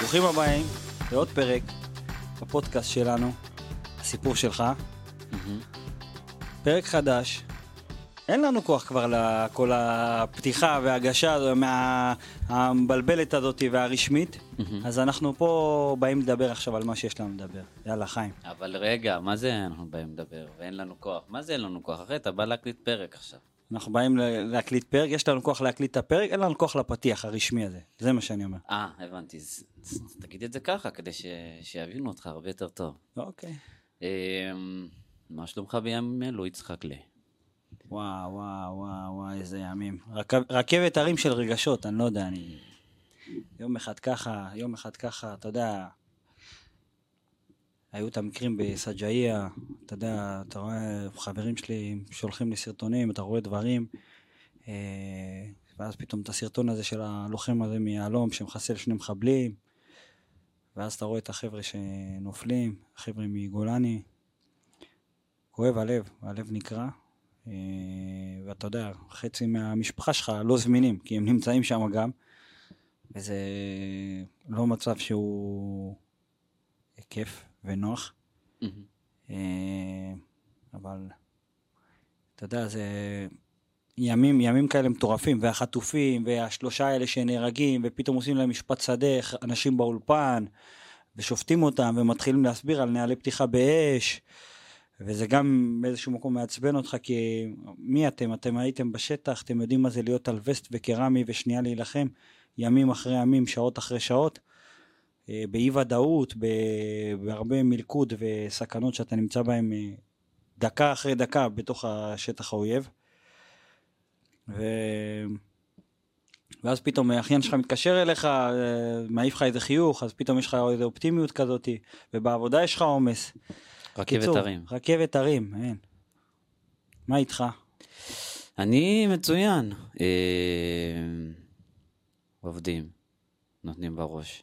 ברוכים הבאים לעוד פרק בפודקאסט שלנו, הסיפור שלך. פרק חדש. אין לנו כוח כבר לכל הפתיחה וההגשה המבלבלת הזאת והרשמית, אז אנחנו פה באים לדבר עכשיו על מה שיש לנו לדבר. יאללה, חיים. אבל רגע, מה זה אנחנו באים לדבר ואין לנו כוח? מה זה אין לנו כוח? אחרי אתה בא להקליט פרק עכשיו. אנחנו באים להקליט פרק, יש לנו כוח להקליט את הפרק, אין לנו כוח לפתיח הרשמי הזה. זה מה שאני אומר. הבנתי. תגיד את זה ככה, כדי שיבינו אותך הרבה יותר טוב. אוקיי. מה שלומך בימים אלו, יצחק לי? וואו, איזה ימים. רכבת הרים של רגשות, אני לא יודע, יום אחד ככה, אתה יודע, היו את המקרים בסג'איה, אתה יודע, אתה רואה חברים שלי שולחים לי סרטונים, אתה רואה דברים, ואז פתאום את הסרטון הזה של הלוחם הזה מיעלום, שמחסל שני מחבלים, ואז אתה רואה את החבר'ה שנופלים, החבר'ה מגולני, כואב הלב נקרע, ואתה יודע, חצי מהמשפחה שלך לא זמינים, כי הם נמצאים שם גם, וזה לא מצב שהוא כיף ונוח, אבל אתה יודע, זה ימים כאלה מטורפים, והחטופים, והשלושה האלה שנהרגים, ופתאום עושים להם משפט שדה, אנשים באולפן, ושופטים אותם, ומתחילים להסביר על נהלי פתיחה באש, וזה גם באיזשהו מקום מעצבן אותך, כי מי אתם? אתם הייתם בשטח, אתם יודעים מה זה להיות על וסט וקרמי, ושנייה להילחם, ימים אחרי ימים, שעות אחרי שעות, באי ודאות, בהרבה מלכוד וסכנות שאתה נמצא בהם דקה אחרי דקה בתוך השטח האויב. ואז פתאום האחיין שלך מתקשר אליך, מעיף לך איזה חיוך, אז פתאום יש לך איזו אופטימיות כזאת, ובעבודה יש לך עומס. רכבת הרים, אין. מה איתך? אני מצוין. עובדים, נותנים בראש.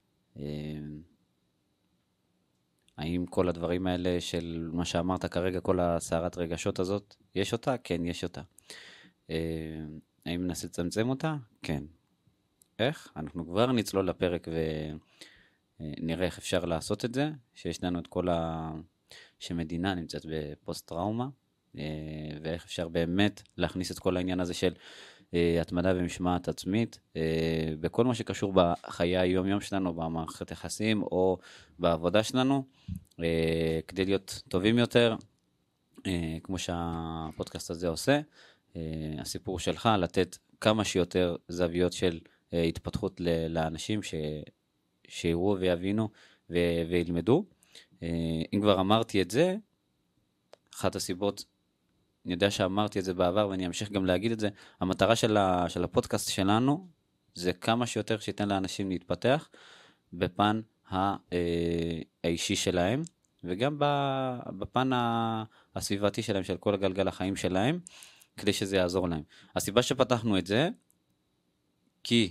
האם כל הדברים האלה של מה שאמרת כרגע, כל הסערת רגשות הזאת, יש אותה? כן, יש אותה. האם ננסה לצמצם אותה? כן. איך? אנחנו כבר נצלול לפרק ונראה איך אפשר לעשות את זה, שיש לנו את כל שמדינה נמצאת בפוסט טראומה, ואיך אפשר באמת להכניס את כל העניין הזה של התמדה ומשמעת עצמית, בכל מה שקשור בחיי היום-יום שלנו, במערכת יחסים או בעבודה שלנו, כדי להיות טובים יותר, כמו שהפודקאסט הזה עושה, הסיפור שלך, לתת כמה שיותר זוויות של התפתחות לאנשים שיראו ויבינו וילמדו. אם כבר אמרתי את זה, אחת הסיבות, אני יודע שאמרתי את זה בעבר ואני אמשיך גם להגיד את זה, המטרה של הפודקאסט שלנו זה כמה שיותר שייתן לאנשים להתפתח בפן האישי שלהם, וגם בפן הסביבתי שלהם, של כל הגלגל החיים שלהם, כדי שזה יעזור להם. הסיבה שפתחנו את זה, כי,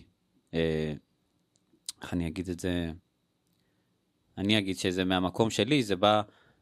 איך אני אגיד את זה, אני אגיד שזה מהמקום שלי, זה בא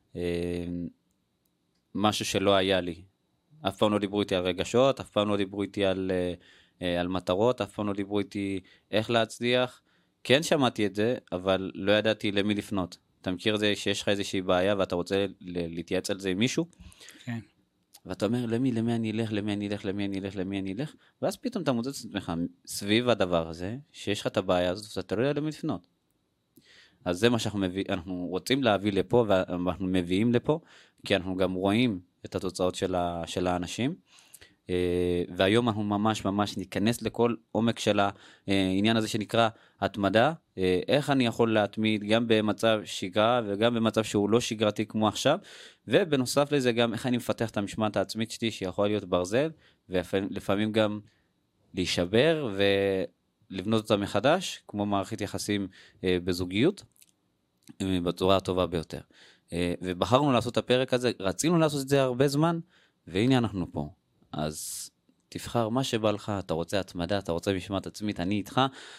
משהו שלא היה לי. אף פעם לא דיברו איתי על רגשות, אף פעם לא דיברו איתי על מטרות, אף פעם לא דיברו איתי איך להצליח. כן שמעתי את זה, אבל לא ידעתי למי לפנות. אתה מכיר את זה שיש לך איזושהי בעיה ואתה רוצה להתייעץ על זה עם מישהו? כן. ואתה אומר, למי אני אלך? ואז פתאום אתה מוצא את עצמך סביב הדבר הזה, שיש לך את הבעיה הזאת, ואתה לא יודע למי לפנות. אז זה מה שאנחנו רוצים להביא לפה, ואנחנו מביאים לפה, כי אנחנו גם רואים את התוצאות של האנשים, והיום אנחנו ממש ניכנס לכל עומק של העניין הזה שנקרא התמדה, איך אני יכול להתמיד גם במצב שגרה, וגם במצב שהוא לא שגרתי כמו עכשיו, ובנוסף לזה גם איך אני מפתח את המשמעת העצמית שלי, שיכול להיות ברזל, ולפעמים גם להישבר, ולבנות אותה מחדש, כמו מערכת יחסים בזוגיות, בצורה הטובה ביותר. ובחרנו לעשות את הפרק הזה, רצינו לעשות את זה הרבה זמן, והנה אנחנו פה. אז תבחר מה שבא לך, אתה רוצה התמדה, אתה רוצה משמעת עצמית, אני איתך,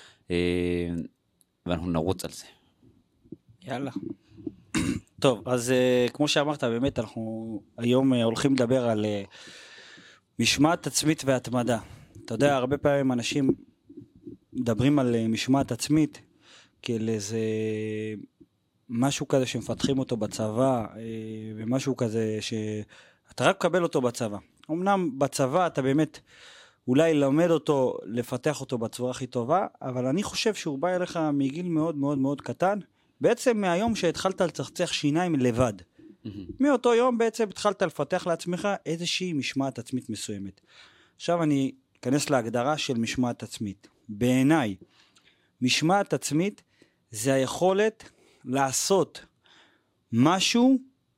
ואנחנו נרוץ על זה. יאללה. טוב, אז כמו שאמרת, באמת אנחנו היום הולכים לדבר על משמעת עצמית והתמדה. אתה יודע, הרבה פעמים אנשים מדברים על משמעת עצמית, כאל איזה משהו כזה שמפתחים אותו בצבא, ומשהו כזה שאתה רק מקבל אותו בצבא. אמנם בצבא אתה באמת אולי לומד אותו, לפתח אותו בצורה הכי טובה, אבל אני חושב שהוא בא אליך מגיל מאוד מאוד מאוד קטן, בעצם מהיום שהתחלת לצחצח שיניים לבד. מאותו יום בעצם התחלת לפתח לעצמך איזושהי משמעת עצמית מסוימת. עכשיו אני אכנס להגדרה של משמעת עצמית. בעיניי, משמעת עצמית זה היכולת לעשות משהו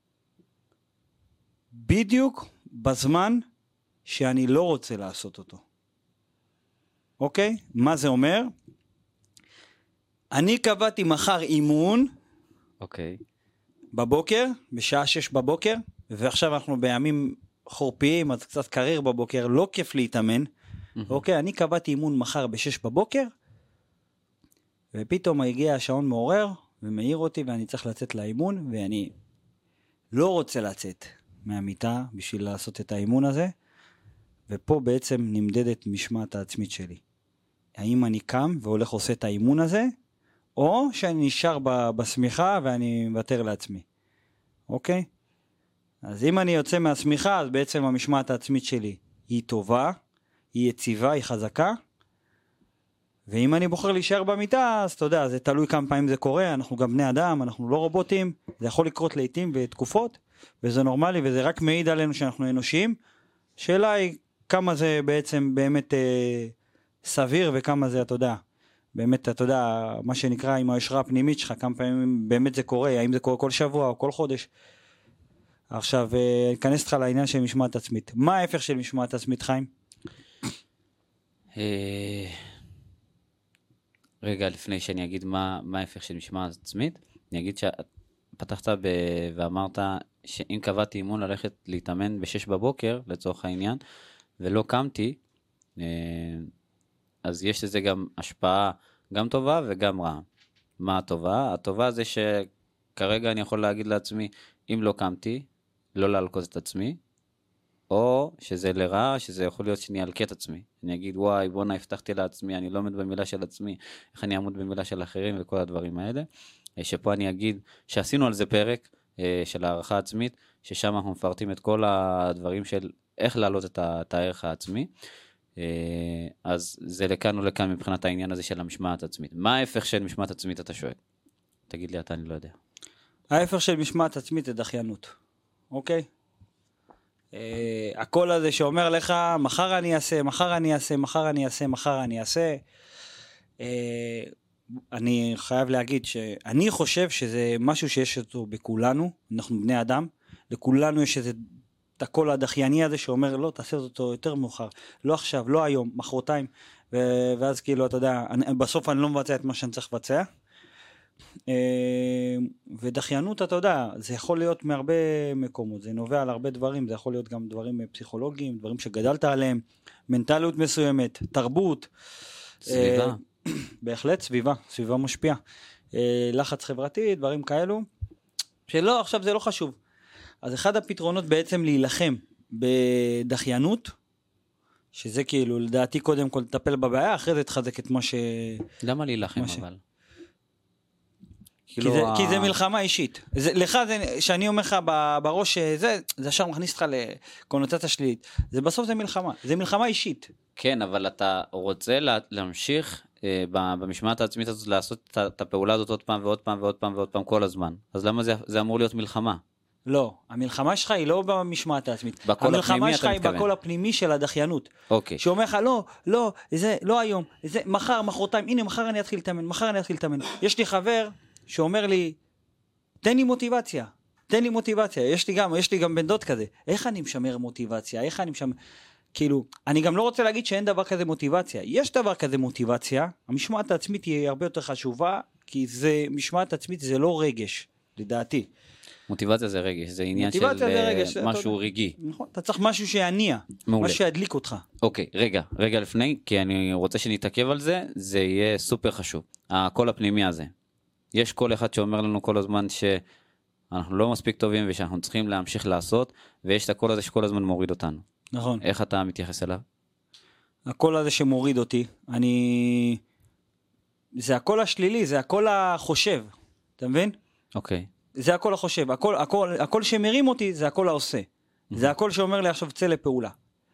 בדיוק בזמן שאני לא רוצה לעשות אותו. אוקיי? מה זה אומר? אני קבעתי מחר אימון, אוקיי. בבוקר, בשעה 6 בבוקר, ועכשיו אנחנו בימים חורפיים, אז קצת קריר בבוקר, לא כיף להתאמן. אוקיי, אני קבעתי אימון מחר ב6 בבוקר, ופתאום הגיע השעון מעורר, ומעיר אותי, ואני צריך לצאת לאימון, ואני לא רוצה לצאת מהמיטה, בשביל לעשות את האימון הזה, ופה בעצם נמדדת משמעת העצמית שלי. האם אני קם והולך עושה את האימון הזה, או שאני נשאר בסמיכה ואני מוותר לעצמי. אוקיי? אז אם אני יוצא מהסמיכה, אז בעצם המשמעת העצמית שלי היא טובה, היא יציבה, היא חזקה, ואם אני בוחר להישאר במיטה, אז אתה יודע, זה תלוי כמה פעמים זה קורה, אנחנו גם בני אדם, אנחנו לא רובוטים, זה יכול לקרות לעתים ותקופות, וזה נורמלי, וזה רק מעיד עלינו שאנחנו אנושיים. שאלה היא כמה זה בעצם באמת סביר, וכמה זה, אתה יודע, באמת, אתה יודע, מה שנקרא עם היושרה הפנימית שלך, כמה פעמים באמת זה קורה, האם זה קורה כל שבוע או כל חודש. עכשיו, אכנס לך לעניין של משמעת עצמית. מה ההפך של משמעת עצמית, חיים? רגע, לפני שאני אגיד מה ההפך של משמעת עצמית, אני אגיד שפתחת ואמרת שאם קבעתי אימון ללכת להתאמן ב6 בבוקר, לצורך העניין, ולא קמתי, אז יש לזה גם השפעה גם טובה וגם רעה. מה הטובה? הטובה זה שכרגע אני יכול להגיד לעצמי, אם לא קמתי, לא להלקוט את עצמי, או שזה לרעה, שזה יכול להיות שאני אלקט את עצמי. אני אגיד, וואי, בונה, הבטחתי לעצמי, אני לא עומד במילה של עצמי, איך אני אעמוד במילה של אחרים וכל הדברים האלה. שפה אני אגיד שעשינו על זה פרק של הערכה עצמית, ששם אנחנו מפרטים את כל הדברים של איך להעלות את הערך העצמי. אז זה לכאן ולכאן מבחינת העניין הזה של המשמעת עצמית. מה ההפך של משמעת עצמית, אתה שואל? תגיד לי, אני לא יודע. ההפך של משמעת עצמית זה דחיינות. אוקיי? הקול הזה שאומר לך, מחר אני אעשה, מחר אני אעשה, מחר אני אעשה, מחר אני אעשה. אני חייב להגיד שאני חושב שזה משהו שיש אותו בכולנו, אנחנו בני אדם, לכולנו יש את הקול הדחייני הזה שאומר, לא, תעשה אותו יותר מאוחר, לא עכשיו, לא היום, מחרתיים, ואז כאילו, אתה יודע, בסוף אני לא מבצע את מה שאני צריך לבצע. ודחיינות, אתה יודע, זה יכול להיות מהרבה מקומות, זה נובע על הרבה דברים, זה יכול להיות גם דברים פסיכולוגיים, דברים שגדלת עליהם, מנטליות מסוימת, תרבות, סביבה. בהחלט סביבה משפיעה, לחץ חברתי, דברים כאלו, שלא, עכשיו זה לא חשוב. אז אחד הפתרונות בעצם להילחם בדחיינות, שזה כאילו לדעתי קודם כל לטפל בבעיה, אחרי זה תחזק את מה ש... למה להילחם אבל? כי זה מלחמה אישית. לך זה, שאני אומר לך בראש, זה עכשיו מכניס אותך לקונוטציה שלילית. זה בסוף זה מלחמה. זה מלחמה אישית. כן, אבל אתה רוצה להמשיך במשמעת העצמית הזאת, לעשות את הפעולה הזאת עוד פעם ועוד פעם ועוד פעם ועוד פעם כל הזמן. אז למה זה אמור להיות מלחמה? לא, המלחמה שלך היא לא במשמעת העצמית. המלחמה שלך היא בקול הפנימי של הדחיינות. אוקיי. שאומר לך, לא, זה לא היום, זה מחרתיים, הנה מחר אני אתחיל להתאמן, יש לי חבר שאומר לי, תן לי מוטיבציה. יש לי גם בן דוד כזה. איך אני משמר מוטיבציה? כאילו, אני גם לא רוצה להגיד שאין דבר כזה מוטיבציה. יש דבר כזה מוטיבציה. המשמעת העצמית היא הרבה יותר חשובה, כי משמעת עצמית זה לא רגש, לדעתי. מוטיבציה זה רגש, זה עניין של משהו רגעי. נכון, אתה צריך משהו שיעניע, משהו שידליק אותך. אוקיי, רגע לפני, כי אני רוצה שנתעכב על זה, זה יהיה סופר חשוב. הקול הפנימי הזה. יש קול אחד שאומר לנו כל הזמן שאנחנו לא מספיק טובים ושאנחנו צריכים להמשיך לעשות, ויש את הקול הזה שכל הזמן מוריד אותנו. נכון. איך אתה מתייחס אליו? הקול הזה שמוריד אותי, אני זה הכל השלילי, זה הכל החושב, אתה מבין? אוקיי. זה הכל החושב, הכל שמרים אותי זה הכל העושה. זה הכל שאומר לי עכשיו צא לפעולה.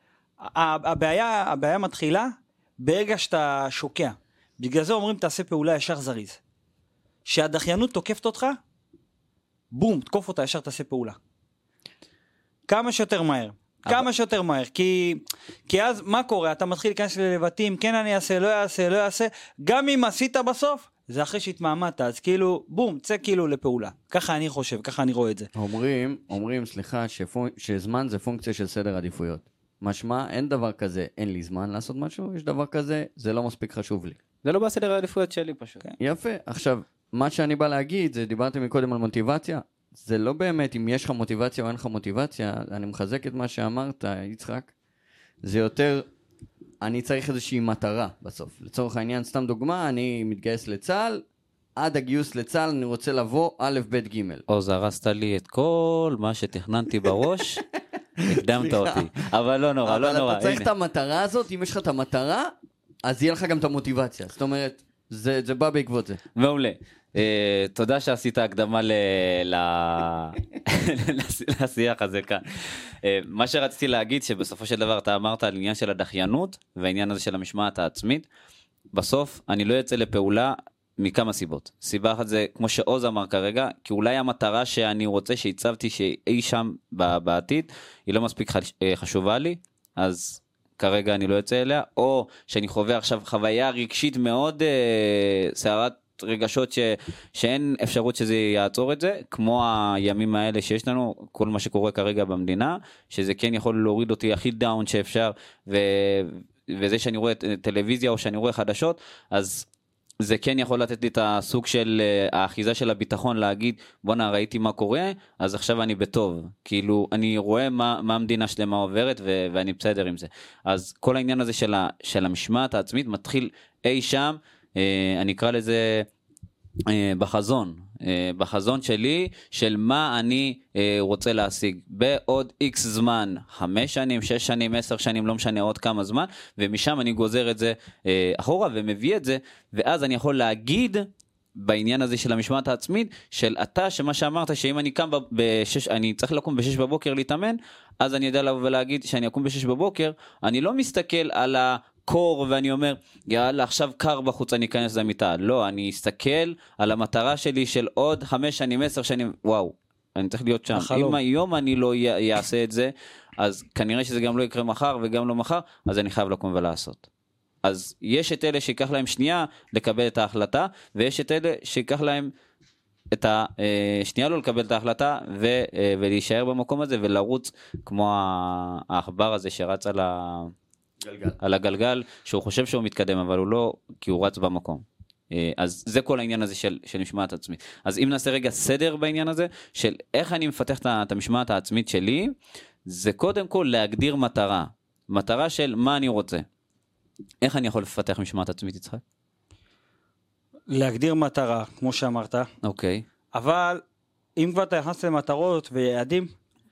הבעיה מתחילה ברגע שאתה שוקע. בגלל זה אומרים תעשה פעולה ישר זריז. שהדחיינות תוקפת אותך, בום, תקוף אותה ישר תעשה פעולה. כמה שיותר מהר. כמה שיותר מהר, כי אז מה קורה? אתה מתחיל להיכנס ללבטים, כן אני אעשה, לא אעשה, גם אם עשית בסוף, זה אחרי שהתמעמדת, אז כאילו, בום, צא כאילו לפעולה. ככה אני חושב, ככה אני רואה את זה. אומרים, סליחה, שזמן זה פונקציה של סדר עדיפויות. משמע, אין דבר כזה, אין לי זמן לעשות משהו, יש דבר כזה, זה לא מספיק חשוב לי. זה לא בסדר העדיפויות שלי פשוט. יפה, עכשיו, מה שאני בא להגיד, זה דיברתם מקודם על מוטיבציה, זה לא באמת אם יש לך מוטיבציה או אין לך מוטיבציה, אני מחזק את מה שאמרת, יצחק, זה יותר, אני צריך איזושהי מטרה בסוף. לצורך העניין, סתם דוגמה, אני מתגייס לצה"ל, עד הגיוס לצה"ל אני רוצה לבוא א' ב' ג'. או זרסת לי את כל מה שתכננתי בראש, הקדמת אותי. אבל לא נורא, לא נורא. אבל אתה צריך את המטרה הזאת, אם יש לך את המטרה, אז יהיה לך גם את המוטיבציה. זאת אומרת, זה בא בעקבות זה. מעולה. תודה שעשית הקדמה לשיח הזה כאן. מה שרציתי להגיד שבסופו של דבר אתה אמרת על עניין של הדחיינות והעניין הזה של המשמעת העצמית. בסוף אני לא יוצא לפעולה מכמה סיבות. סיבה אחת זה כמו שעוז אמר כרגע, כי אולי המטרה שאני רוצה שהצבתי שאי שם בעתיד היא לא מספיק חשובה לי, אז כרגע אני לא יוצא אליה, או שאני חווה עכשיו חוויה רגשית מאוד סערת רגשות שאין אפשרות שזה יעצור את זה, כמו הימים האלה שיש לנו, כל מה שקורה כרגע במדינה, שזה כן יכול להוריד אותי הכי דאון שאפשר, וזה שאני רואה טלוויזיה או שאני רואה חדשות, אז זה כן יכול לתת לי את הסוג של האחיזה של הביטחון, להגיד בונה ראיתי מה קורה, אז עכשיו אני בטוב, כאילו אני רואה מה המדינה שלמה עוברת ואני בסדר עם זה. אז כל העניין הזה של המשמעת העצמית מתחיל אי שם, אני אקרא לזה בחזון שלי, של מה אני רוצה להשיג בעוד איקס זמן, 5 שנים, 6 שנים, 10 שנים, לא משנה עוד כמה זמן, ומשם אני גוזר את זה אחורה ומביא את זה, ואז אני יכול להגיד בעניין הזה של המשמעת העצמית, של אתה, שמה שאמרת, שאם אני קם אני צריך לקום ב-6 בבוקר להתאמן, אז אני יודע לבוא ולהגיד שאני אקום ב-6 בבוקר, אני לא מסתכל על קור ואני אומר, יאללה, עכשיו קר בחוץ, אני אכנס למיטה. לא, אני אסתכל על המטרה שלי של עוד 5 שנים, 10 שנים, וואו, אני צריך להיות שם. אם היום אני לא אעשה את זה, אז כנראה שזה גם לא יקרה מחר וגם לא מחר, אז אני חייב לקום ולעשות. אז יש את אלה שיקח להם שנייה לקבל את ההחלטה, ויש את אלה שיקח להם את השנייה לא לקבל את ההחלטה, ולהישאר במקום הזה ולרוץ כמו העכבר הזה שרץ על הגלגל, שהוא חושב שהוא מתקדם, אבל הוא לא, כי הוא רץ במקום. אז זה כל העניין הזה של משמעת עצמית. אז אם נעשה רגע סדר בעניין הזה, של איך אני מפתח את המשמעת העצמית שלי, זה קודם כל להגדיר מטרה של מה אני רוצה. איך אני יכול לפתח משמעת עצמית, יצחק? להגדיר מטרה, כמו שאמרת. אוקיי. אבל אם כבר אתה נכנס למטרות ויעדים,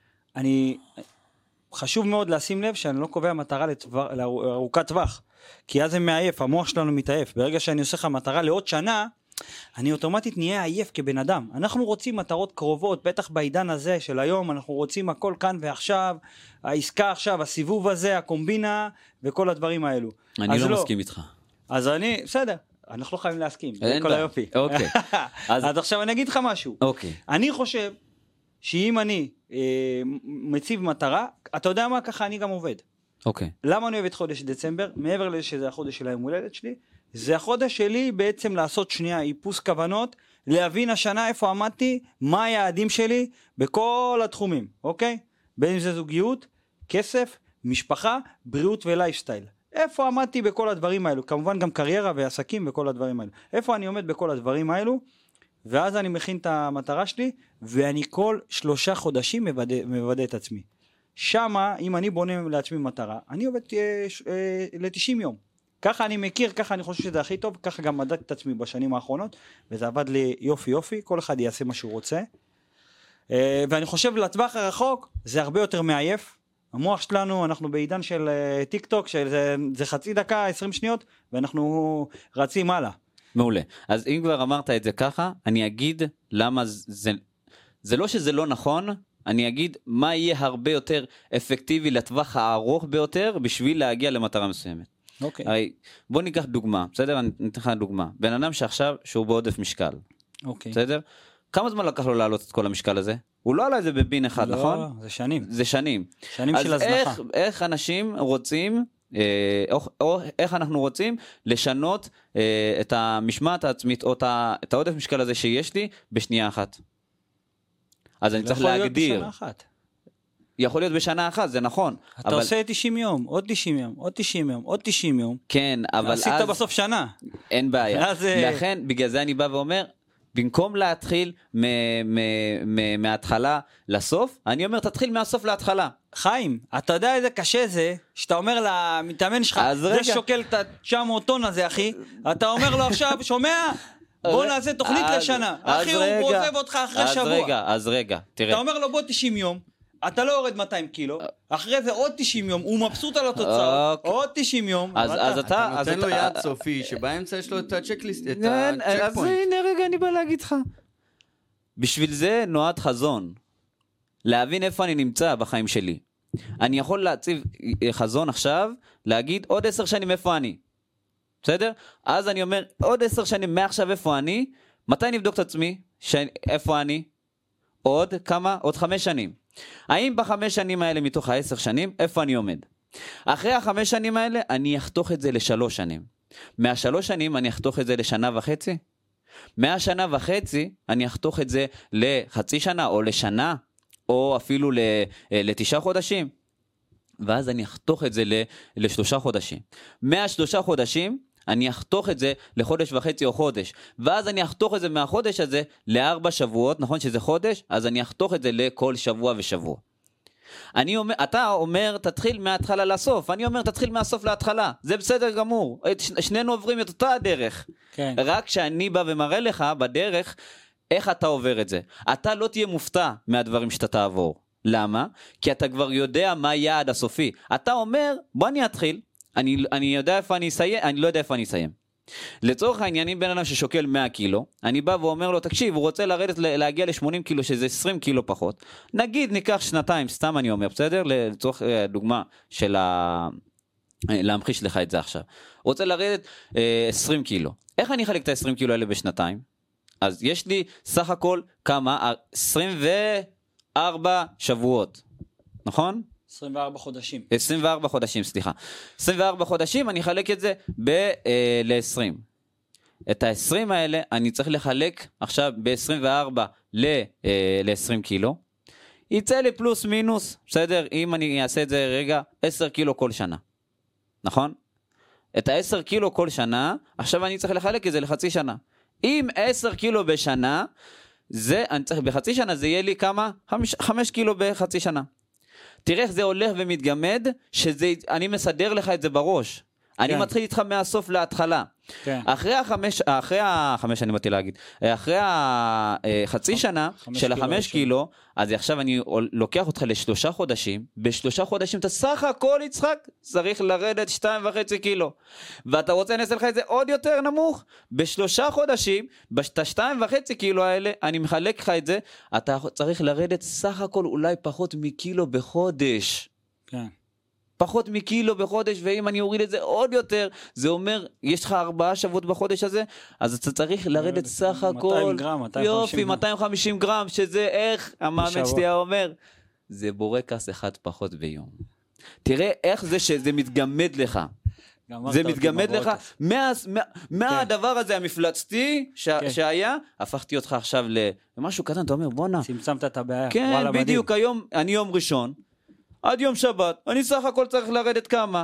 חשוב מאוד לשים לב שאני לא קובע מטרה לארוכת טווח, כי אז זה מעייף, המוח שלנו מתעייף. ברגע שאני עושה לך מטרה לעוד שנה, אני אוטומטית נהיה עייף כבן אדם. אנחנו רוצים מטרות קרובות, בטח בעידן הזה של היום, אנחנו רוצים הכל כאן ועכשיו, העסקה עכשיו, הסיבוב הזה, הקומבינה וכל הדברים האלו. אני לא מסכים איתך. אז אנחנו לא חייבים להסכים, זה כל היופי. אוקיי. אז עכשיו אני אגיד לך משהו. אוקיי. אני חושב שאם אני מציב מטרה, אתה יודע מה, ככה אני גם עובד. אוקיי. למה אני אוהב את חודש דצמבר? מעבר לזה שזה החודש של היום הולדת שלי, זה החודש שלי בעצם לעשות שנייה איפוס כוונות, להבין השנה איפה עמדתי, מה היעדים שלי בכל התחומים, אוקיי? בין אם זה זוגיות, כסף, משפחה, בריאות ולייפסטייל. איפה עמדתי בכל הדברים האלו? כמובן גם קריירה ועסקים וכל הדברים האלו. איפה אני עומד בכל הדברים האלו? ואז אני מכין את המטרה שלי, ואני כל 3 חודשים מבדא את עצמי. שמה, אם אני בונה לעצמי מטרה, אני עובד ל-90 יום. ככה אני מכיר, ככה אני חושב שזה הכי טוב, ככה גם מדדתי את עצמי בשנים האחרונות, וזה עבד לי יופי, כל אחד יעשה מה שהוא רוצה. ואני חושב לטווח הרחוק, זה הרבה יותר מעייף. המוח שלנו, אנחנו בעידן של טיק טוק, שזה חצי דקה, 20 שניות, ואנחנו רצים הלאה. מעולה. אז אם כבר אמרת את זה ככה, אני אגיד למה זה לא שזה לא נכון, אני אגיד מה יהיה הרבה יותר אפקטיבי לטווח הארוך ביותר בשביל להגיע למטרה מסוימת. אוקיי. בוא ניקח דוגמה, בסדר? אני אתן לך דוגמה. בן אדם שעכשיו שהוא בעודף משקל, אוקיי. בסדר? כמה זמן לקח לו לעלות את כל המשקל הזה? הוא לא עלה את זה בבין אחד, נכון? לא, זה שנים. זה שנים. שנים של הזנחה. אז איך אנשים רוצים, או איך אנחנו רוצים לשנות את המשמעת העצמית, או את העודף משקל הזה שיש לי בשנייה אחת? אז אני צריך להגדיר. בשנה אחת. יכול להיות בשנה אחת, זה נכון. אתה עושה 90 יום, עוד 90 יום, עוד 90 יום, עוד 90 יום. כן, אבל אז... עשית בסוף שנה. אין בעיה. לכן, בגלל זה אני בא ואומר, במקום להתחיל מההתחלה לסוף, אני אומר, תתחיל מהסוף להתחלה. חיים, אתה יודע איזה קשה זה, שאתה אומר למתאמן שלך, זה שוקל את ה-900 טון הזה, אחי, אתה אומר לו עכשיו, שומע? בוא נעשה תוכנית לשנה. אחי, הוא עוזב אותך אחרי שבוע. אז רגע, תראה. אתה אומר לו, בוא 90 יום, אתה לא יורד 200 קילו, אחרי זה עוד 90 יום, הוא מבסוט על התוצאות, עוד 90 יום. אז אתה נותן לו יד סופי, שבאמצע יש לו את הצ'קליסט, את הצ'ק אז פוינט. הנה רגע, אני בא להגיד לך. בשביל זה נועד חזון. להבין איפה אני נמצא בחיים שלי. אני יכול להציב חזון עכשיו, להגיד עוד 10 שנים איפה אני. בסדר? אז אני אומר, עוד 10 שנים מעכשיו איפה אני, מתי נבדוק את עצמי? איפה אני? עוד כמה? עוד 5 שנים. האם ב5 שנים האלה מתוך ה10 שנים, איפה אני עומד? אחרי ה5 שנים האלה, אני אחתוך את זה ל3 שנים. מה3 שנים אני אחתוך את זה לשנה וחצי. מהשנה וחצי אני אחתוך את זה לחצי שנה או לשנה, או אפילו ל9 חודשים. ואז אני אחתוך את זה ל3 חודשים. מה3 חודשים אני אחתוך את זה לחודש וחצי או חודש. ואז אני אחתוך את זה מהחודש הזה ל4 שבועות, נכון שזה חודש? אז אני אחתוך את זה לכל שבוע ושבוע. אתה אומר תתחיל מההתחלה לסוף, אני אומר תתחיל מהסוף להתחלה, זה בסדר גמור, שנינו עוברים את אותה הדרך, כן. רק שאני בא ומראה לך בדרך איך אתה עובר את זה. אתה לא תהיה מופתע מהדברים שאתה תעבור. למה? כי אתה כבר יודע מה היעד הסופי. אתה אומר בוא אני אתחיל, אני יודע איפה אני אסיים, אני לא יודע איפה אני אסיים. לצורך העניינים בין אדם ששוקל 100 קילו, אני בא ואומר לו, תקשיב, הוא רוצה להגיע ל80 קילו, שזה 20 קילו פחות. נגיד ניקח שנתיים, סתם אני אומר, בסדר? לצורך דוגמה של להמחיש לך את זה עכשיו. הוא רוצה לרדת 20 קילו. איך אני אחלק את ה-20 קילו האלה בשנתיים? אז יש לי סך הכל כמה? 24 שבועות. נכון? 24 חודשים. 24 חודשים, סליחה. 24 חודשים, אני אחלק את זה ל-20. את ה-20 האלה, אני צריך לחלק עכשיו ב-24 ל-20 קילו. יצא לי פלוס מינוס, בסדר? אם אני אעשה את זה רגע, 10 קילו כל שנה. נכון? את ה-10 קילו כל שנה, עכשיו אני צריך לחלק את זה לחצי שנה. אם 10 קילו בשנה, אני צריך בחצי שנה, זה יהיה לי כמה? 5 קילו בחצי שנה. תראה איך זה הולך ומתגמד, אני מסדר לך את זה בראש. אני מתחיל איתך מהסוף להתחלה. אחרי החמש אני באתי להגיד, אחרי החצי שנה של ה5 קילו, אז עכשיו אני לוקח אותך ל3 חודשים, ב3 חודשים אתה סך הכל יצחק, צריך לרדת 2.5 קילו. ואתה רוצה נעשה לך את זה עוד יותר נמוך, ב3 חודשים, ב2.5 קילו האלה, אני מחלק לך את זה, אתה צריך לרדת סך הכל אולי פחות מקילו בחודש. כן. פחות מקילו בחודש, ואם אני אוריד את זה עוד יותר, זה אומר, יש לך 4 שבועות בחודש הזה, אז אתה צריך לרדת סך הכל, 200 גרם, יופי, 250 גרם, שזה איך, המאמן שלי אומר, זה בורקס אחד פחות ביום. תראה איך זה שזה מתגמד לך. זה מתגמד לך, מהדבר הזה המפלצתי שהיה, הפכתי אותך עכשיו למשהו קטן, אתה אומר, בוא נע. צמצמת את הבעיה. כן, בדיוק, היום, אני יום ראשון, עד יום שבת, אני סך הכל צריך לרדת כמה?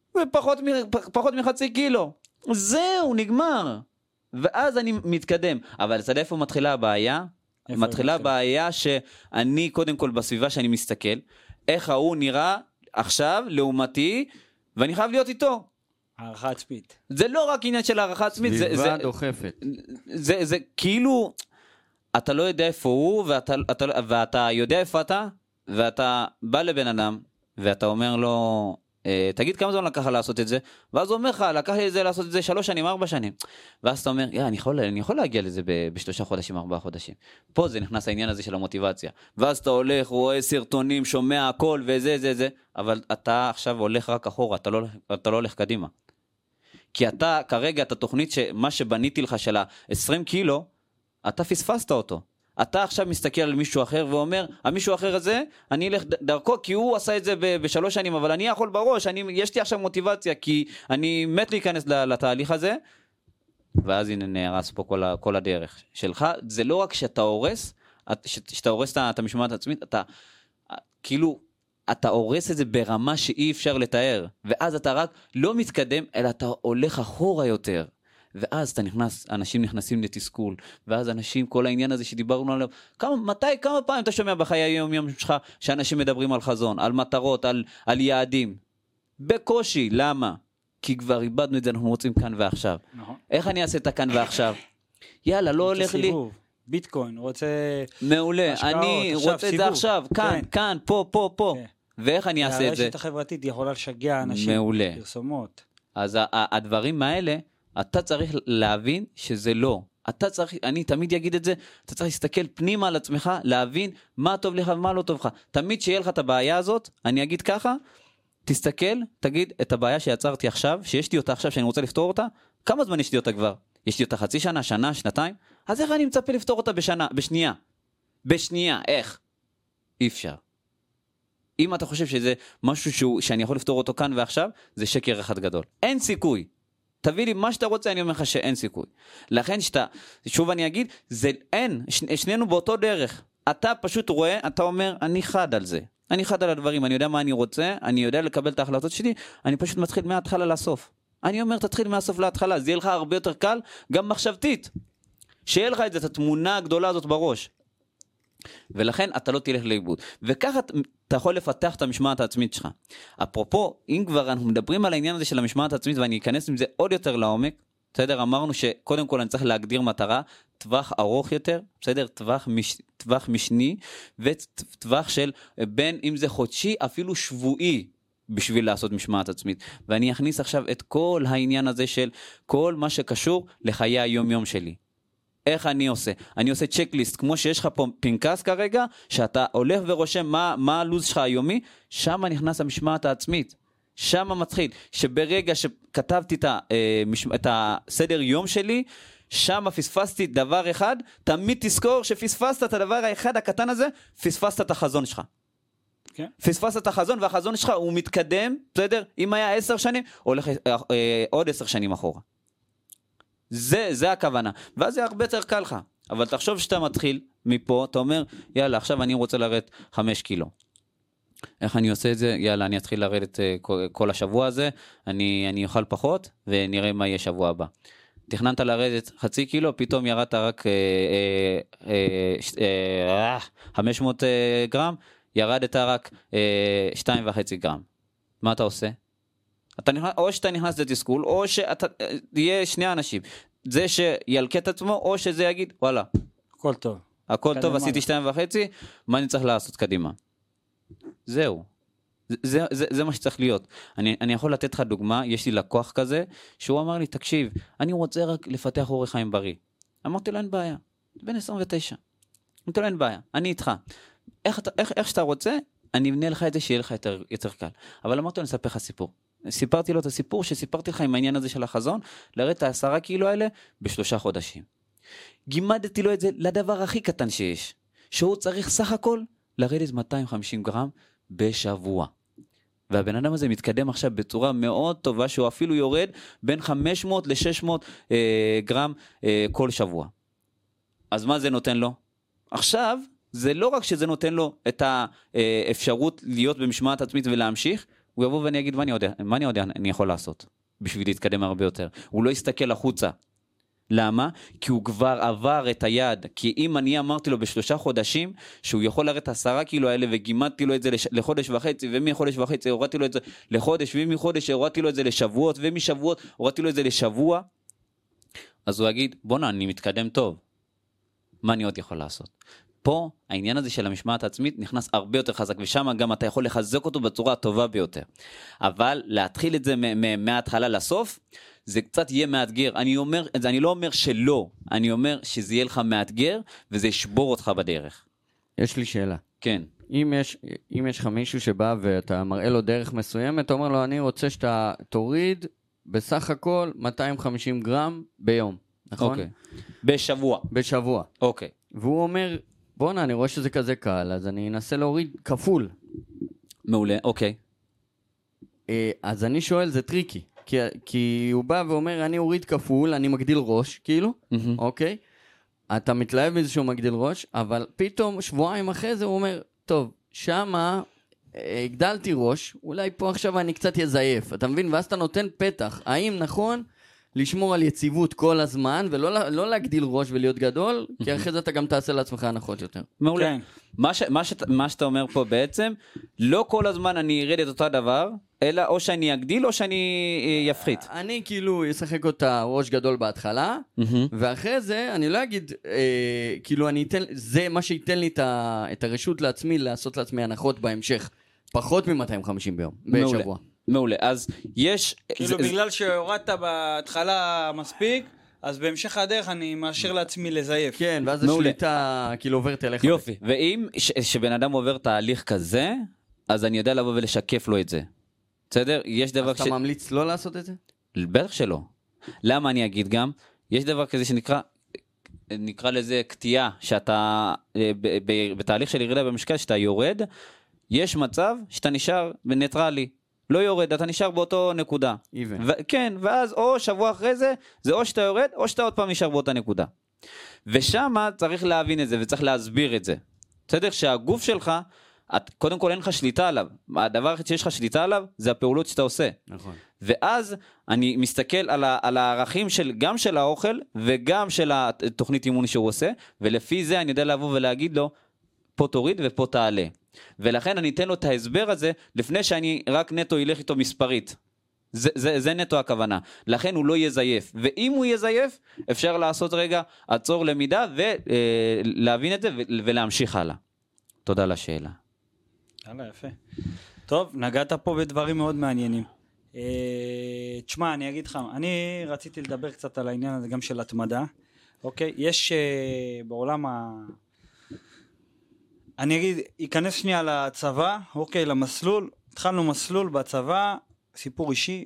פחות מחצי קילו. זהו, נגמר. ואז אני מתקדם. אבל אתה יודע איפה מתחילה הבעיה? מתחילה הבעיה שאני קודם כל בסביבה שאני מסתכל, איך הוא נראה עכשיו, לעומתי, ואני חייב להיות איתו. הערכה עצמית. זה לא רק עניין של הערכה עצמית. סביבה דוחפת. זה כאילו, אתה לא יודע איפה הוא, ואתה יודע איפה אתה, ואתה בא לבן אדם, ואתה אומר לו, תגיד כמה זמן לקח לעשות את זה, ואז הוא אומר לך, לקח לי את זה לעשות את זה 3 שנים, 4 שנים, ואז אתה אומר, אני יכול להגיע לזה ב3 חודשים, 4 חודשים. פה זה נכנס העניין הזה של המוטיבציה, ואז אתה הולך, רואה סרטונים, שומע הכל, וזה, אבל אתה עכשיו הולך רק אחורה, אתה לא הולך קדימה. כי אתה, כרגע, את התוכנית מה שבניתי לך של ה-20 קילו, אתה פספסת אותו. אתה עכשיו מסתכל על מישהו אחר ואומר, המישהו אחר הזה, אני אלך דרכו, כי הוא עשה את זה ב3 שנים, אבל אני יכול בראש, יש לי עכשיו מוטיבציה, כי אני מת להיכנס לתהליך הזה, ואז הנה נהרס פה כל הדרך שלך. זה לא רק שאתה הורס, שאתה הורס את המשמעת העצמית, אתה כאילו, אתה הורס את זה ברמה שאי אפשר לתאר, ואז אתה רק לא מתקדם, אלא אתה הולך אחורה יותר. ואז אתה נכנס, אנשים נכנסים לתסכול, ואז אנשים, כל העניין הזה שדיברנו עליו, כמה פעמים אתה שומע בחיי היום שלך, שאנשים מדברים על חזון, על מטרות, על יעדים? בקושי, למה? כי כבר איבדנו את זה, אנחנו רוצים כאן ועכשיו. איך אני אעשה את הכאן ועכשיו? יאללה, לא הולך לי. ביטקוין, רוצה... מעולה, אני רוצה את זה עכשיו, כאן, פה. ואיך אני אעשה את זה? הרשת החברתית יכולה לשגע אנשים. מעולה. פרסומות. אז הדברים האלה, אתה צריך להבין שזה לא. אתה צריך, אני תמיד אגיד את זה, אתה צריך להסתכל פנימה על עצמך, להבין מה טוב לך ומה לא טוב לך. תמיד שיהיה לך את הבעיה הזאת, אני אגיד ככה, תסתכל, תגיד את הבעיה שיצרתי עכשיו, שיש לי אותה עכשיו, שאני רוצה לפתור אותה, כמה זמן יש לי אותה כבר? יש לי אותה חצי שנה, שנה, שנתיים? אז איך אני מצפה לפתור אותה בשנייה, איך? אי אפשר. אם אתה חושב שזה משהו שאני יכול לפתור אותו כאן ועכשיו, זה שקר אחד גדול. אין סיכוי. תביא לי מה שאתה רוצה, אני אומר לך שאין סיכוי. לכן שוב אני אגיד, זה אין, שנינו באותו דרך. אתה פשוט רואה, אתה אומר, אני חד על זה. אני חד על הדברים, אני יודע מה אני רוצה, אני יודע לקבל את ההחלטות שלי, אני פשוט מתחיל מההתחלה לסוף. אני אומר, תתחיל מהסוף להתחלה, זה יהיה לך הרבה יותר קל, גם מחשבתית. שיהיה לך את התמונה הגדולה הזאת בראש. ולכן אתה לא תלך לאיבוד. וככה אתה יכול לפתח את המשמעת העצמית שלך. אפרופו, אם כבר אנחנו מדברים על העניין הזה של המשמעת העצמית, ואני אכנס עם זה עוד יותר לעומק, בסדר? אמרנו שקודם כל אני צריך להגדיר מטרה, טווח ארוך יותר, בסדר? טווח משני, וטווח של בין אם זה חודשי, אפילו שבועי, בשביל לעשות משמעת עצמית. ואני אכניס עכשיו את כל העניין הזה של כל מה שקשור לחיי היום-יום שלי. איך אני עושה? אני עושה צ'קליסט, כמו שיש לך פה פנקס כרגע, שאתה הולך ורושם מה הלוז שלך היומי, שם נכנס המשמעת העצמית. שם מתחיל, שברגע שכתבתי את הסדר יום שלי, שם פספסתי דבר אחד, תמיד תזכור שפספסת את הדבר האחד הקטן הזה, פספסת את החזון שלך. Okay. פספסת את החזון, והחזון שלך הוא מתקדם, בסדר? אם היה 10 שנים, הולך עוד 10 שנים אחורה. זה הכוונה, ואז זה הרבה יותר קל לך. אבל תחשוב שאתה מתחיל מפה, אתה אומר, יאללה, עכשיו אני רוצה לרדת 5 קילו. איך אני עושה את זה? יאללה, אני אתחיל לרדת כל השבוע הזה, אני אוכל פחות, ונראה מה יהיה שבוע הבא. תכננת לרדת 0.5 קילו, פתאום ירדת רק 500 גרם, ירדת רק 2.5 גרם. מה אתה עושה? או שאתה נכנס לתסכול, או שאתה יהיה שני אנשים. זה שילקה את עצמו, או שזה יגיד, וואלה. הכל טוב. הכל טוב, עשיתי 2.5, מה אני צריך לעשות קדימה? זהו. זה מה שצריך להיות. אני יכול לתת לך דוגמה, יש לי לקוח כזה, שהוא אמר לי, תקשיב, אני רוצה רק לפתח אורח חיים בריא. אמרתי לו, אין בעיה. בן 29. אמרתי לו, אין בעיה, אני איתך. איך שאתה רוצה, אני אבנה לך את זה שיהיה לך יותר קל. אבל אמרתי לו, אני אספר לך סיפור. סיפרתי לו את הסיפור שסיפרתי לך עם העניין הזה של החזון, לרדת את 10 קילו האלה ב3 חודשים. גימדתי לו את זה לדבר הכי קטן שיש, שהוא צריך סך הכל לרדת 250 גרם בשבוע. והבן אדם הזה מתקדם עכשיו בצורה מאוד טובה, שהוא אפילו יורד בין 500 ל-600 גרם כל שבוע. אז מה זה נותן לו? עכשיו, זה לא רק שזה נותן לו את האפשרות להיות במשמעת עצמית ולהמשיך, הוא יבוא ואני אגיד, מה אני יכול לעשות בשביל להתקדם הרבה יותר? הוא לא יסתכל החוצה. למה? כי הוא כבר עבר את היד. כי אם אני אמרתי לו ב3 חודשים, שהוא יכול לרדת 10 קילו האלה, וגימדתי לו את זה לחודש וחצי, ומחודש וחצי הורדתי לו את זה לחודש, ומחודש הורדתי לו את זה לשבועות, ומשבועות הורדתי לו את זה לשבוע, אז הוא יגיד, בונה, אני מתקדם טוב. מה אני עוד יכול לעשות? פה העניין הזה של המשמעת העצמית נכנס הרבה יותר חזק, ושם גם אתה יכול לחזק אותו בצורה הטובה ביותר. אבל להתחיל את זה מההתחלה לסוף, זה קצת יהיה מאתגר. אני לא אומר שלא, אני אומר שזה יהיה לך מאתגר, וזה ישבור אותך בדרך. יש לי שאלה. כן. אם יש לך מישהו שבא ואתה מראה לו דרך מסוימת, אתה אומר לו, אני רוצה שאתה תוריד בסך הכל 250 גרם ביום, נכון? אוקיי. בשבוע. בשבוע. אוקיי. והוא אומר, בוא'נה, אני רואה שזה כזה קל, אז אני אנסה להוריד כפול. מעולה, אוקיי. אז אני שואל, זה טריקי. כי הוא בא ואומר, אני אוריד כפול, אני מגדיל ראש, כאילו, אוקיי? אתה מתלהב מזה שהוא מגדיל ראש, אבל פתאום שבועיים אחרי זה הוא אומר, טוב, שמה הגדלתי ראש, אולי פה עכשיו אני קצת יזייף, אתה מבין? ואז אתה נותן פתח, האם נכון לשמור על יציבות כל הזמן, ולא להגדיל ראש ולהיות גדול, כי אחרי זה אתה גם תעשה לעצמך הנחות יותר. מעולה. כן. מה שאתה אומר פה בעצם, לא כל הזמן אני ארד את אותו דבר, אלא או שאני אגדיל או שאני יפחית. אני כאילו אשחק אותה ראש גדול בהתחלה, ואחרי זה אני לא אגיד, כאילו אני אתן, זה מה שייתן לי את הרשות לעצמי, לעשות לעצמי הנחות בהמשך, פחות מ-250 ביום, בשבוע. מעולה, אז יש... כאילו בגלל שהורדת בהתחלה מספיק, אז בהמשך הדרך אני מאשר לעצמי לזייף. כן, ואז השליטה כאילו עוברת אליך. יופי, ואם שבן אדם עובר תהליך כזה, אז אני יודע לבוא ולשקף לו את זה. בסדר? יש דבר אז אתה ממליץ לא לעשות את זה? בטח שלא. למה אני אגיד גם? יש דבר כזה נקרא לזה קטיעה, שאתה בתהליך של ירידה במשקל, שאתה יורד, יש מצב שאתה נשאר בניטרלי. לא יורד, אתה נשאר באותו נקודה. כן, ואז או שבוע אחרי זה, זה או שאתה יורד, או שאתה עוד פעם נשאר באותה נקודה. ושם צריך להבין את זה, וצריך להסביר את זה. בסדר? שהגוף שלך, קודם כל אין לך שליטה עליו. הדבר הכי שיש לך שליטה עליו, זה הפעולות שאתה עושה. נכון. ואז אני מסתכל על הערכים גם של האוכל, וגם של התוכנית אימון שהוא עושה, ולפי זה אני יודע לבוא ולהגיד לו, פה תוריד ופה תעלה. ולכן אני אתן לו את ההסבר הזה, לפני שאני רק נטו ילך איתו מספרית. זה נטו הכוונה. לכן הוא לא יזייף. ואם הוא יזייף, אפשר לעשות רגע עצור למידה, ולהבין את זה ולהמשיך הלאה. תודה לשאלה. יאללה, יפה. טוב, נגעת פה בדברים מאוד מעניינים. תשמע, אני אגיד לך, אני רציתי לדבר קצת על העניין הזה גם של התמדה. אוקיי? יש בעולם אני אגיד, ייכנס שנייה לצבא, אוקיי, למסלול. התחלנו מסלול בצבא, סיפור אישי.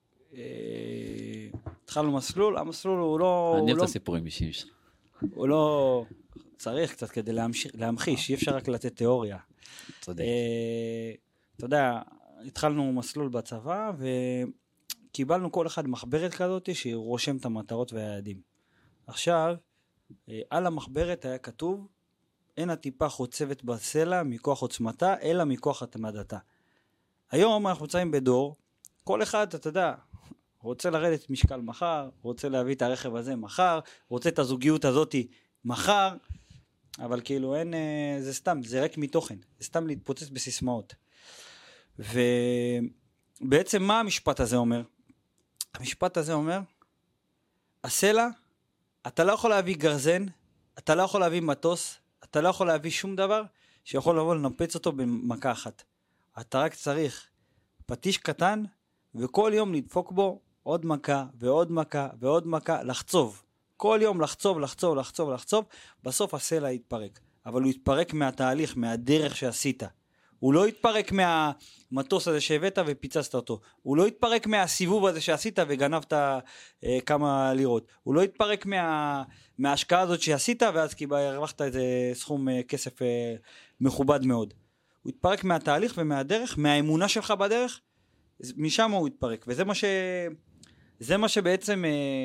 התחלנו מסלול, המסלול הוא לא... אני אוהב את הסיפורים אישיים שלך. הוא לא... צריך קצת כדי להמחיש, אי אפשר רק לתת תיאוריה. צודק. אתה יודע, התחלנו מסלול בצבא, וקיבלנו כל אחד מחברת כזאת, שהיא רושם את המטרות והיעדים. עכשיו, על המחברת היה כתוב, אין הטיפה חוצבת בסלע מכוח עוצמתה, אלא מכוח התמדתה. היום אנחנו נמצאים בדור, כל אחד, אתה יודע, רוצה לרדת משקל מחר, רוצה להביא את הרכב הזה מחר, רוצה את הזוגיות הזאת מחר, אבל כאילו אין, זה סתם, זה ריק מתוכן, זה סתם להתפוצץ בסיסמאות. ובעצם מה המשפט הזה אומר? המשפט הזה אומר, הסלע, אתה לא יכול להביא גרזן, אתה לא יכול להביא מטוס, אתה לא יכול להביא שום דבר שיכול לבוא לנפץ אותו במכה אחת. אתה רק צריך פטיש קטן, וכל יום לדפוק בו עוד מכה ועוד מכה ועוד מכה, לחצוב. כל יום לחצוב, לחצוב, לחצוב, לחצוב, בסוף הסלע יתפרק. אבל הוא יתפרק מהתהליך, מהדרך שעשית. הוא לא יתפרק מהמטוס הזה שהבאת ופיצצת אותו. הוא לא יתפרק מהסיבוב הזה שעשית וגנבת כמה לירות. הוא לא יתפרק מההשקעה הזאת שעשית ואז כי הרווחת איזה סכום כסף מכובד מאוד. הוא יתפרק מהתהליך ומהדרך, מהאמונה שלך בדרך, משם הוא יתפרק. וזה מה שבעצם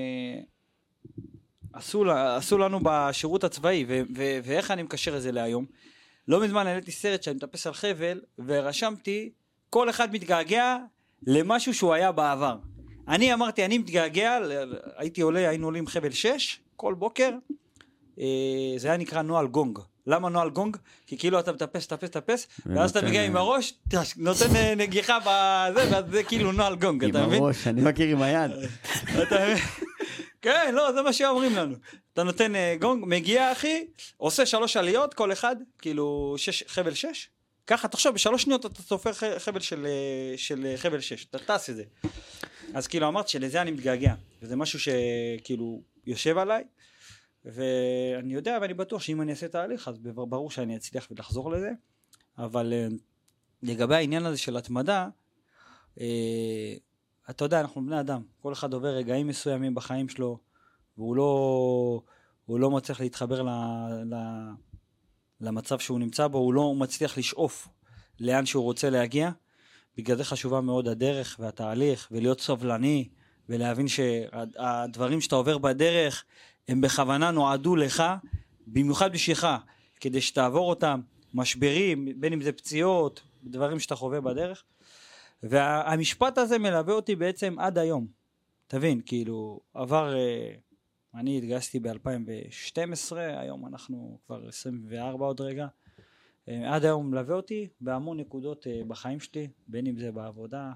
עשו לנו בשירות הצבאי, ואיך אני מקשר את זה להיום. לא מזמן העליתי סרט שאני מטפס על חבל, ורשמתי, כל אחד מתגעגע למשהו שהוא היה בעבר. אני אמרתי, אני מתגעגע, היינו עולים חבל 6, כל בוקר, זה היה נקרא נועל גונג. למה נועל גונג? כי כאילו אתה מטפס, ואז אתה מגיע עם הראש, נותן נגיחה בזה, ואז זה כאילו נועל גונג, אתה מבין? עם הראש, אני מכיר עם היד. כן, לא, זה מה שאומרים לנו. אתה נותן גונג, מגיע אחי, עושה 3 עליות, כל אחד, כאילו חבל 6. ככה, תחשוב, ב3 שניות אתה סופר חבל של חבל 6, אתה טס את זה. אז כאילו אמרת שלזה אני מתגעגע, וזה משהו שכאילו יושב עליי, ואני יודע ואני בטוח שאם אני אעשה תהליך, אז ברור שאני אצליח ולחזור לזה, אבל לגבי העניין הזה של התמדה, אתה יודע, אנחנו בני אדם, כל אחד עובר רגעים מסוימים בחיים שלו, והוא לא מצליח להתחבר למצב שהוא נמצא בו, הוא לא מצליח לשאוף לאן שהוא רוצה להגיע, בגלל זה חשובה מאוד הדרך והתהליך, ולהיות סובלני, ולהבין שהדברים שאתה עובר בדרך, הם בכוונה נועדו לך, במיוחד בשבילך, כדי שתעבור אותם, משברים, בין אם זה פציעות, דברים שאתה חווה בדרך, והמשפט הזה מלווה אותי בעצם עד היום. תבין, כאילו, אני התגייסתי ב-2012, היום אנחנו כבר 24 עוד רגע, עד היום מלווה אותי בהמון נקודות בחיים שלי, בין אם זה בעבודה,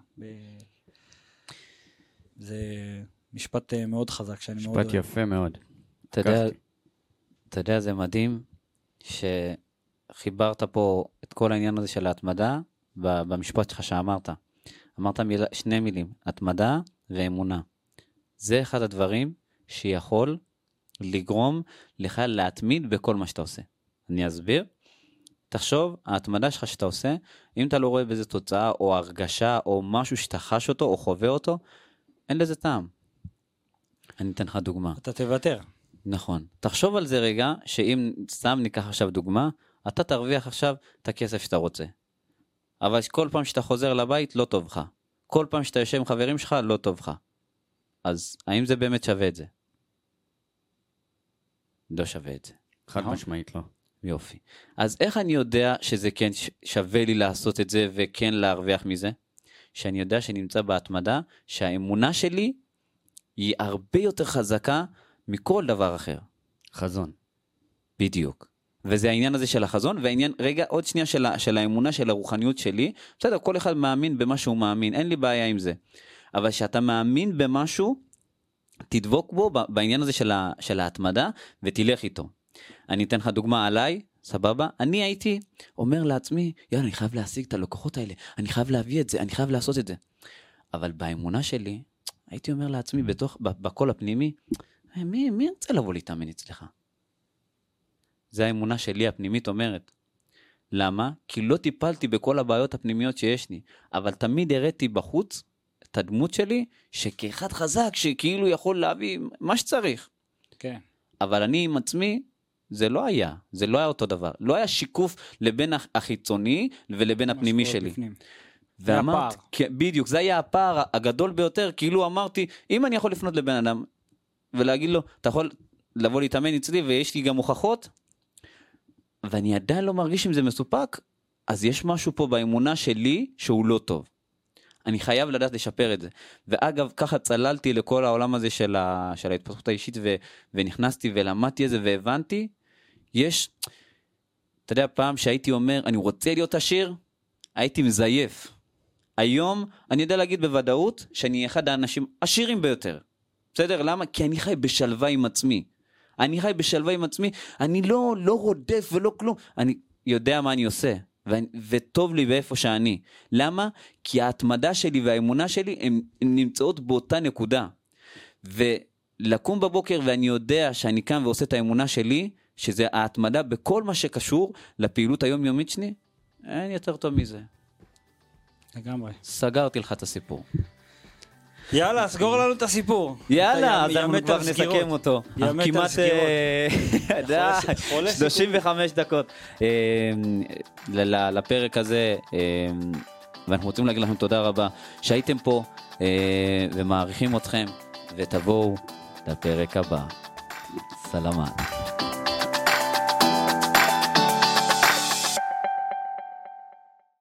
זה משפט מאוד חזק שאני מאוד משפט יפה מאוד. אתה יודע, זה מדהים שחיברת פה את כל העניין הזה של ההתמדה במשפט שלך שאמרת. אמרת 2 מילים, התמדה ואמונה. זה אחד הדברים שיכול לגרום לך להתמיד בכל מה שאתה עושה. אני אסביר. תחשוב, ההתמדה שלך שאתה עושה, אם אתה לא רואה באיזה תוצאה או הרגשה או משהו שאתה חש אותו או חווה אותו, אין לזה טעם. אני אתן לך דוגמה. אתה תוותר. נכון. תחשוב על זה רגע, שאם סתם ניקח עכשיו דוגמה, אתה תרוויח עכשיו את הכסף שאתה רוצה. אבל כל פעם שאתה חוזר לבית, לא טוב לך. כל פעם שאתה יושב עם חברים שלך, לא טוב לך. אז האם זה באמת שווה את זה? לא שווה את זה. חד משמעית לא. יופי. אז איך אני יודע שזה כן שווה לי לעשות את זה וכן להרוויח מזה? שאני יודע שנמצא בהתמדה, שהאמונה שלי היא הרבה יותר חזקה מכל דבר אחר. חזון. בדיוק. וזה העניין הזה של החזון, והעניין, רגע, עוד שנייה של האמונה, של הרוחניות שלי. בסדר, כל אחד מאמין במה שהוא מאמין, אין לי בעיה עם זה. אבל שאתה מאמין במשהו, תדבוק בו בעניין הזה של ההתמדה, ותלך איתו. אני אתן לך דוגמה עליי, סבבה? אני הייתי אומר לעצמי, יאללה, אני חייב להשיג את הלקוחות האלה, אני חייב להביא את זה, אני חייב לעשות את זה. אבל באמונה שלי, הייתי אומר לעצמי, בקול הפנימי, מי ירצה לבוא להתאמן אצלך? זה האמונה שלי הפנימית אומרת. למה? כי לא טיפלתי בכל הבעיות הפנימיות שיש לי, אבל תמיד הראיתי בחוץ את הדמות שלי, שכאחד חזק, שכאילו יכול להביא מה שצריך. כן. אבל אני עם עצמי, זה לא היה אותו דבר. לא היה שיקוף לבין החיצוני ולבין הפנימי שלי. ואמרת, בדיוק, זה היה הפער הגדול ביותר, כאילו אמרתי, אם אני יכול לפנות לבן אדם, ולהגיד לו, אתה יכול לבוא להתאמן אצלי, ויש לי גם הוכחות, ואני עדיין לא מרגיש אם זה מסופק, אז יש משהו פה באמונה שלי, שהוא לא טוב. אני חייב לדעת לשפר את זה. ואגב, ככה צללתי לכל העולם הזה של ההתפתחות האישית, ונכנסתי ולמדתי את זה, והבנתי, אתה יודע, פעם שהייתי אומר, אני רוצה להיות עשיר, הייתי מזייף. היום, אני יודע להגיד בוודאות, שאני אחד האנשים עשירים ביותר. בסדר? למה? כי אני חי בשלווה עם עצמי. אני לא רודף ולא כלום. אני יודע מה אני עושה. וטוב לי באיפה שאני. למה? כי ההתמדה שלי והאמונה שלי הן נמצאות באותה נקודה. ולקום בבוקר ואני יודע שאני קם ועושה את האמונה שלי, שזה ההתמדה בכל מה שקשור לפעילות היומיומית שלי, אין יותר טוב מזה. לגמרי. סגרתי לך את הסיפור. יאללה, סגור לנו את הסיפור. יאללה, אז אנחנו כבר נסכם אותו. כמעט 35 דקות לפרק הזה, ואנחנו רוצים להגיד לכם תודה רבה שהייתם פה ומעריכים אתכם, ותבואו לפרק הבא. סלמת.